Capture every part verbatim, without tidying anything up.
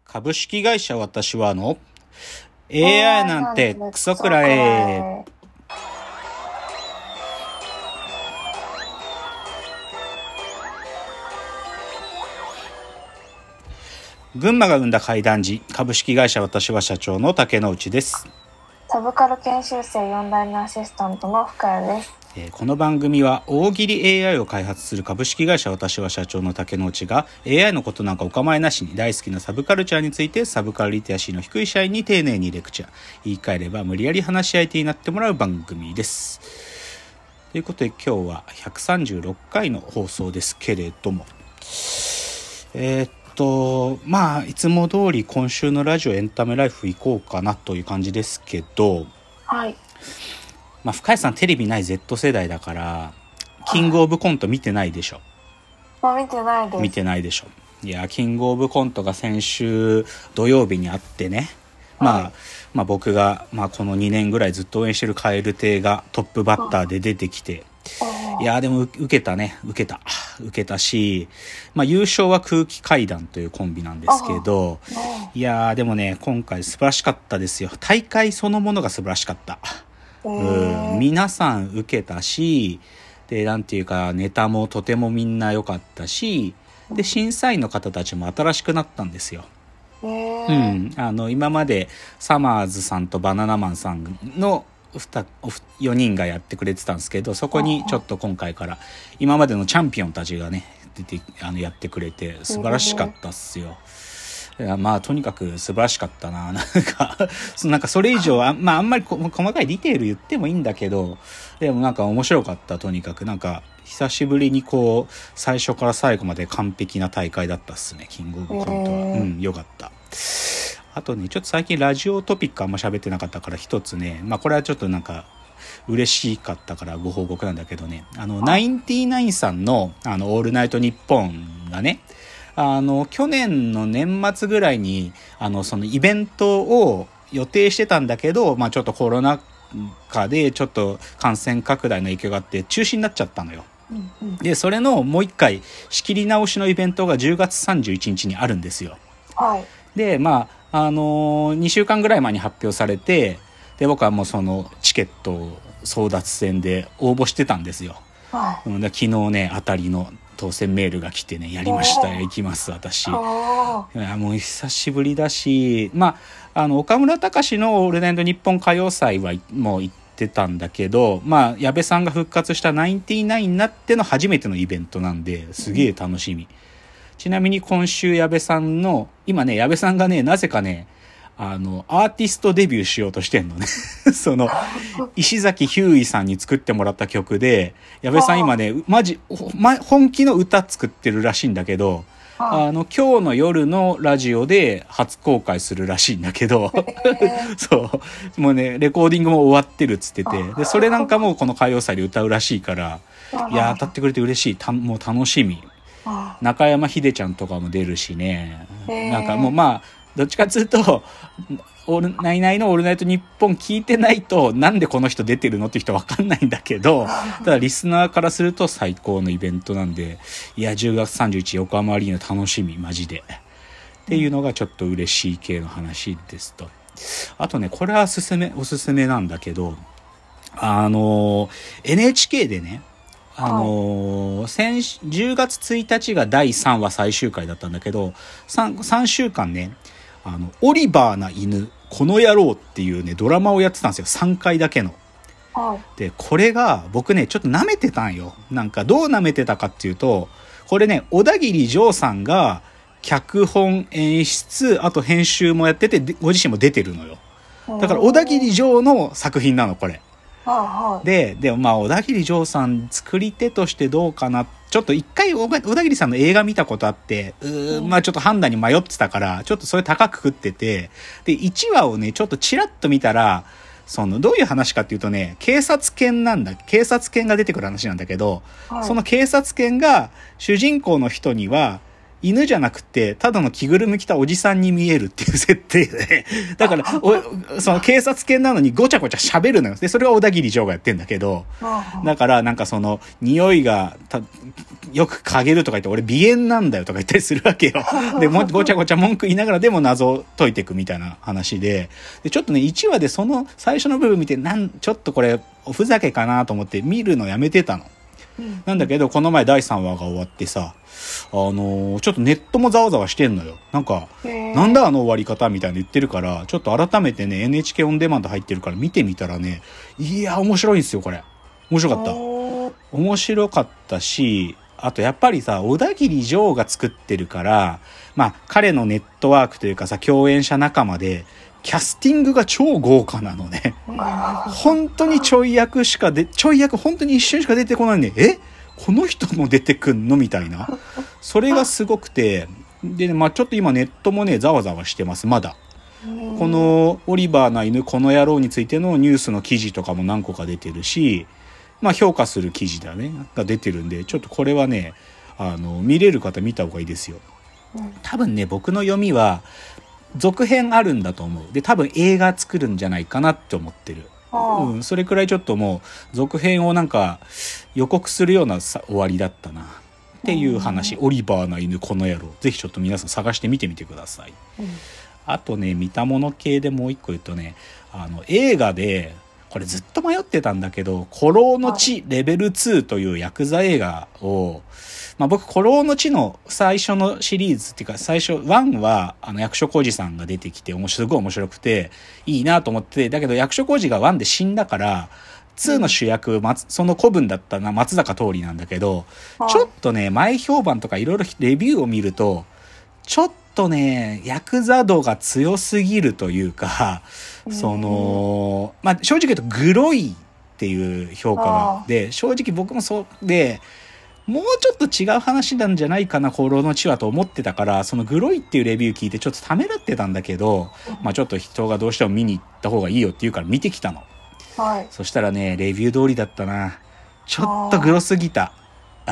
株式会社私はの エーアイ なんてクソくらえ。群馬が生んだ怪談時、株式会社私は社長の竹之内です。 サブカル研修生よん代目アシスタントの深谷です。 えー、この番組は大喜利 エーアイ を開発する株式会社私は社長の竹之内が エーアイ のことなんかお構いなしに大好きなサブカルチャーについてサブカルリテラシーの低い社員に丁寧にレクチャー、言い換えれば無理やり話し相手になってもらう番組です。ということで今日はひゃくさんじゅうろっかいの放送ですけれども、えー、っとまあいつも通り今週のラジオエンタメライフ行こうかなという感じですけど、 はい。 まあ、深谷さんテレビない Z 世代だからキングオブコント見てないでしょ。 もう見てないです。 見てないでしょ。いやキングオブコントが先週土曜日にあってね、まあ、 はい、 まあ僕が、まあ、このにねんぐらいずっと応援してる蛙亭がトップバッターで出てきて、いやでも受けたね受けた受けたし、まあ、優勝は空気階段というコンビなんですけど、いやでもね今回素晴らしかったですよ。大会そのものが素晴らしかった。うん、皆さん受けたし、でなんていうかネタもとてもみんな良かったし、で審査員の方たちも新しくなったんですよ。うん、あの今までサマーズさんとバナナマンさんのよにんがやってくれてたんですけど、そこにちょっと今回から今までのチャンピオンたちがね出てあのやってくれて素晴らしかったっすよ。いやまあとにかく素晴らしかったな。なんかなんかそれ以上あまああんまりこ細かいディテール言ってもいいんだけど、でもなんか面白かった。とにかくなんか久しぶりにこう最初から最後まで完璧な大会だったっすね、キングオブコントは。うんよかった。あとねちょっと最近ラジオトピックあんま喋ってなかったから一つね、まあこれはちょっとなんか嬉しかったからご報告なんだけどね、あのナインティナインさんのあのオールナイトニッポンがね、あの去年の年末ぐらいにあのそのイベントを予定してたんだけど、まあちょっとコロナ禍でちょっと感染拡大の影響があって中止になっちゃったのよ。うんうん、でそれのもう一回仕切り直しのイベントがじゅうがつさんじゅういちにちにあるんですよ。 はい。 でまああのー、にしゅうかんぐらい前に発表されて、で僕はもうそのチケット争奪戦で応募してたんですよ。はい、で昨日ね当たりの当選メールが来てね、やりましたよ、行きます私。いやもう久しぶりだし、まああの岡村隆史のオールナイトニッポン歌謡祭はもう行ってたんだけど、まあ矢部さんが復活したナインティナインになっての初めてのイベントなんですげえ楽しみ。うん、ちなみに今週矢部さんの今ね矢部さんがねなぜかねあのアーティストデビューしようとしてんのねその石崎ひゅーいさんに作ってもらった曲で、矢部さん今ねマジ、ま、本気の歌作ってるらしいんだけど、あの今日の夜のラジオで初公開するらしいんだけどそうもうねレコーディングも終わってるっつってて、でそれなんかもこの歌謡祭で歌うらしいから、いや当たってくれて嬉しい。たもう楽しみ。中山秀ちゃんとかも出るしね、なんかもうまあどっちかっつうとオールナイナイのオールナイトニッポン聞いてないとなんでこの人出てるのって人分かんないんだけど、ただリスナーからすると最高のイベントなんで、いやじゅうがつさんじゅういち横浜アリーナ楽しみマジでっていうのがちょっと嬉しい系の話ですと。あとねこれはおすすめおすすめなんだけど、あの エヌエイチケー でねあのー、先じゅうがつついたちがだいさんわ最終回だったんだけど 3, さんしゅうかんねあのオリバーな犬この野郎っていうねドラマをやってたんですよ、さんかいだけの。でこれが僕ねちょっと舐めてたんよ。なんかどう舐めてたかっていうと、これね小田切丈さんが脚本演出あと編集もやっててご自身も出てるのよ。だから小田切丈の作品なのこれ。で、でもまあ小田切丈さん作り手としてどうかな、ちょっと一回小田切さんの映画見たことあって、うーんまあちょっと判断に迷ってたからちょっとそれ高く食ってて、でいちわをねちょっとチラッと見たら、そのどういう話かっていうとね警察犬なんだ警察犬が出てくる話なんだけど、はい、その警察犬が主人公の人には犬じゃなくてただの着ぐるみ着たおじさんに見えるっていう設定でだからおその警察犬なのにごちゃごちゃ喋るのよ。でそれは小田切丈がやってんだけど、だからなんかその匂いがたよく嗅げるとか言って俺鼻炎なんだよとか言ったりするわけよ。でもごちゃごちゃ文句言いながらでも謎を解いていくみたいな話で、でちょっとねいちわでその最初の部分見てなんちょっとこれおふざけかなと思って見るのやめてたの。なんだけどこの前だいさんわが終わってさ、あのー、ちょっとネットもざわざわしてんのよ。なんかなんだあの終わり方みたいな言ってるから、ちょっと改めてね エヌエイチケー オンデマンド入ってるから見てみたらね、いや面白いんですよこれ。面白かった面白かったし、あとやっぱりさ小田切丈が作ってるから、まあ彼のネットワークというかさ共演者仲間でキャスティングが超豪華なのね。本当にちょい役しかでちょい役本当に一瞬しか出てこないね。えこの人も出てくんのみたいな、それがすごくて、で、まあちょっと今ネットもねざわざわしてますまだ。このオリバーな犬この野郎についてのニュースの記事とかも何個か出てるし、まあ評価する記事だねが出てるんで、ちょっとこれはねあの見れる方見た方がいいですよ。多分ね僕の読みは続編あるんだと思う。で多分映画作るんじゃないかなって思ってる。うん、それくらいちょっともう続編をなんか予告するようなさ終わりだったなっていう話。オリバーな犬この野郎、ぜひちょっと皆さん探してみてみてください。うん、あとね見たもの系でもう一個言うとね、あの映画でこれずっと迷ってたんだけど、孤狼の血レベルツーというヤクザ映画を、まあ、僕孤狼の血の最初のシリーズっていうか最初ワンはあの役所広司さんが出てきて面白すごい面白くていいなと思って、だけど役所広司がワンで死んだからツーの主役その子分だったな松坂桃李なんだけど、ちょっとね前評判とかいろいろレビューを見るとちょっとねヤクザ度が強すぎるというか、そのまあ正直言うとグロいっていう評価がで、正直僕もそうでもうちょっと違う話なんじゃないかな孤狼の血はと思ってたから、そのグロいっていうレビュー聞いてちょっとためらってたんだけど、まあちょっと人がどうしても見に行った方がいいよって言うから見てきたの。はい、そしたらねレビュー通りだったな。ちょっとグロすぎた。うん、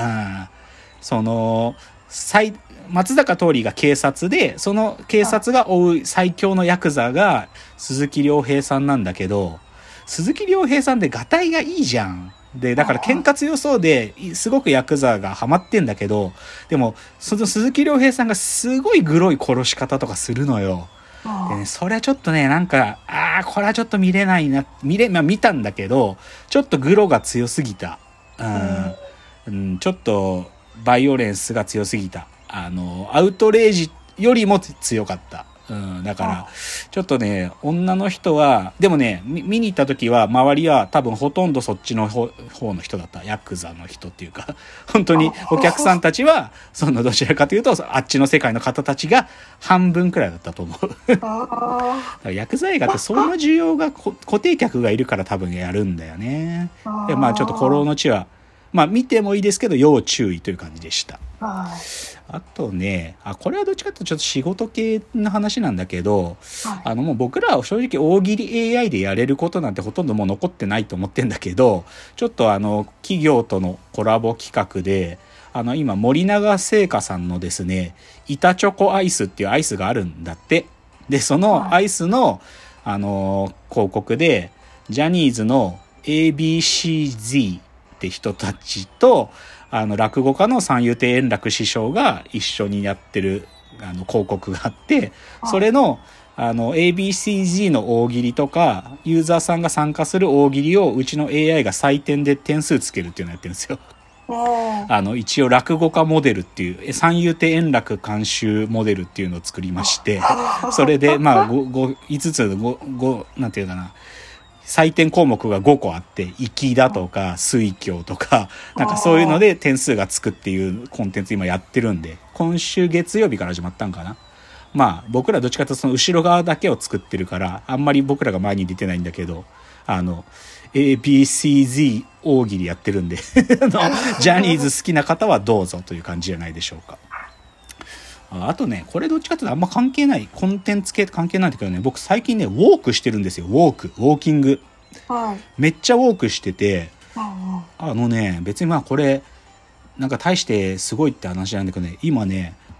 その最松坂桃李が警察で、その警察が追う最強のヤクザが鈴木亮平さんなんだけど、鈴木亮平さんってガタイがいいじゃん。でだから喧嘩強そうですごくヤクザがハマってんだけど、でもその鈴木亮平さんがすごいグロい殺し方とかするのよ。でね、それはちょっとねなんかああこれはちょっと見れないな見れまあ見たんだけどちょっとグロが強すぎた。うん、うん、ちょっとバイオレンスが強すぎた。あのアウトレイジよりも強かった。うん、だからちょっとね女の人はでもね見に行った時は周りは多分ほとんどそっちの方の人だった。ヤクザの人っていうか本当にお客さんたちはそのどちらかというとあっちの世界の方たちが半分くらいだったと思うだからヤクザ映画ってその需要が固定客がいるから多分やるんだよね。でまあちょっと孤狼の血はまあ見てもいいですけど要注意という感じでした。あとねあこれはどっちかというとちょっと仕事系の話なんだけど、はい、あのもう僕らは正直大喜利 エーアイ でやれることなんてほとんどもう残ってないと思ってんだけど、ちょっとあの企業とのコラボ企画であの今森永製菓さんのですね板チョコアイスっていうアイスがあるんだって。でそのアイスの、はい、あの広告でジャニーズの エービーシーゼット って人たちとあの落語家の三遊亭円楽師匠が一緒にやってるあの広告があって、それのあの エービーシージー の大喜利とかユーザーさんが参加する大喜利をうちの エーアイ が採点で点数つけるっていうのをやってるんですよ。あの一応落語家モデルっていう三遊亭円楽監修モデルっていうのを作りまして、それでまあいつつごごなんていうかな採点項目がごこあって粋だとか水郷とかなんかそういうので点数がつくっていうコンテンツ今やってるんで、今週月曜日から始まったんかな。まあ僕らどっちかというとその後ろ側だけを作ってるからあんまり僕らが前に出てないんだけど、あの エービーシーゼット 大喜利やってるんであのジャニーズ好きな方はどうぞという感じじゃないでしょうか。あとねこれどっちかというとあんま関係ないコンテンツ系関係ないんだけどね、僕最近ねウォークしてるんですよ。ウォークウォーキング、はい、めっちゃウォークしてて、はい、あのね別にまあこれなんか大してすごいって話なんだけどね、今ねウ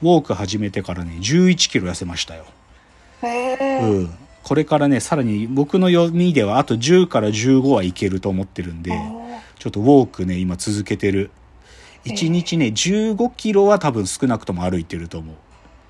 ウォーク始めてからねじゅういちキロ痩せましたよ。 へえ、 うん、これからねさらに僕の読みではあとじゅうからじゅうごはいけると思ってるんで、ちょっとウォークね今続けてる。いちにちねじゅうごキロは多分少なくとも歩いてると思う。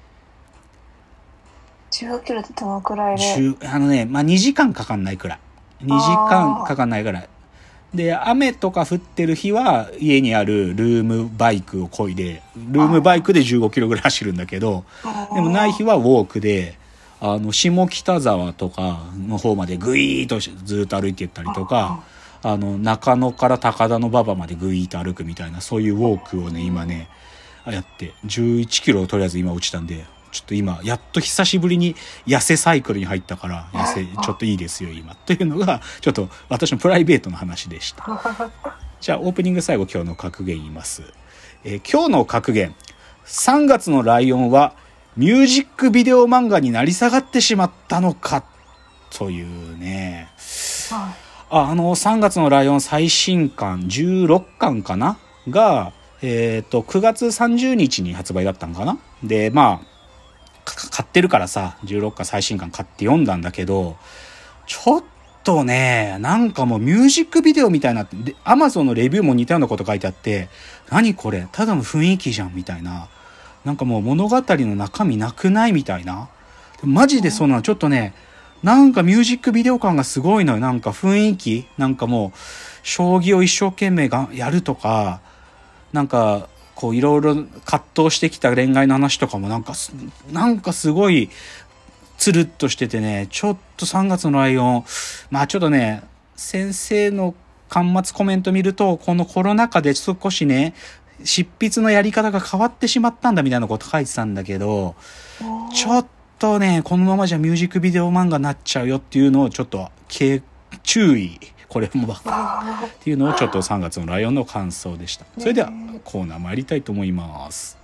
じゅうごキロってどのくらいで？ あのねまあにじかんかかんないくらい、にじかんかかんないぐらいで、雨とか降ってる日は家にあるルームバイクを漕いでルームバイクでじゅうごキロぐらい走るんだけど、でもない日はウォークであの下北沢とかの方までグイーッとずっと歩いていったりとか、あの中野から高田馬場までグイーッと歩くみたいな、そういうウォークをね今ねやってじゅういちキロをとりあえず今落ちたんで、ちょっと今やっと久しぶりに痩せサイクルに入ったから痩せちょっといいですよ今というのがちょっと私のプライベートの話でした。じゃあオープニング最後今日の格言言います。えー、今日の格言、さんがつのライオンはミュージックビデオ漫画になり下がってしまったのかというね、あ, あのさんがつのライオン最新刊じゅうろっかんかなが、えー、とくがつさんじゅうにちに発売だったんかな。でまあ買ってるからさじゅうろっかん最新刊買って読んだんだけど、ちょっとねなんかもうミュージックビデオみたいなって、で Amazon のレビューも似たようなこと書いてあって、何これただの雰囲気じゃんみたいな、なんかもう物語の中身なくないみたいな、マジでそんなちょっとねなんかミュージックビデオ感がすごいのよ。なんか雰囲気なんかもう将棋を一生懸命がやるとか、なんかこういろいろ葛藤してきた恋愛の話とかもなんかなんかすごいつるっとしててね、ちょっとさんがつのライオン、まあちょっとね先生の巻末コメント見るとこのコロナ禍で少しね執筆のやり方が変わってしまったんだみたいなこと書いてたんだけど、ちょっとねこのままじゃミュージックビデオ漫画になっちゃうよっていうのをちょっと注意、これもバカっていうのをちょっとさんがつのライオンの感想でした。それではコーナー参りたいと思います。